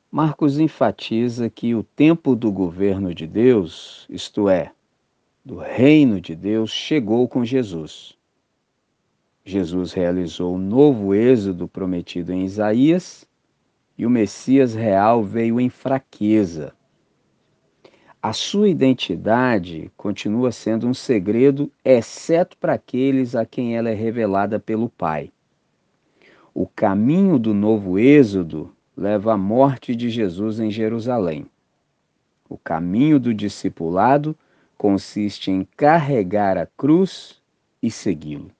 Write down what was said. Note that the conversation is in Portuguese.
Marcos enfatiza que o tempo do governo de Deus, isto é, do reino de Deus, chegou com Jesus. Jesus realizou o novo êxodo prometido em Isaías e o Messias real veio em fraqueza. A sua identidade continua sendo um segredo, exceto para aqueles a quem ela é revelada pelo Pai. O caminho do novo êxodo leva à morte de Jesus em Jerusalém. O caminho do discipulado consiste em carregar a cruz e segui-lo.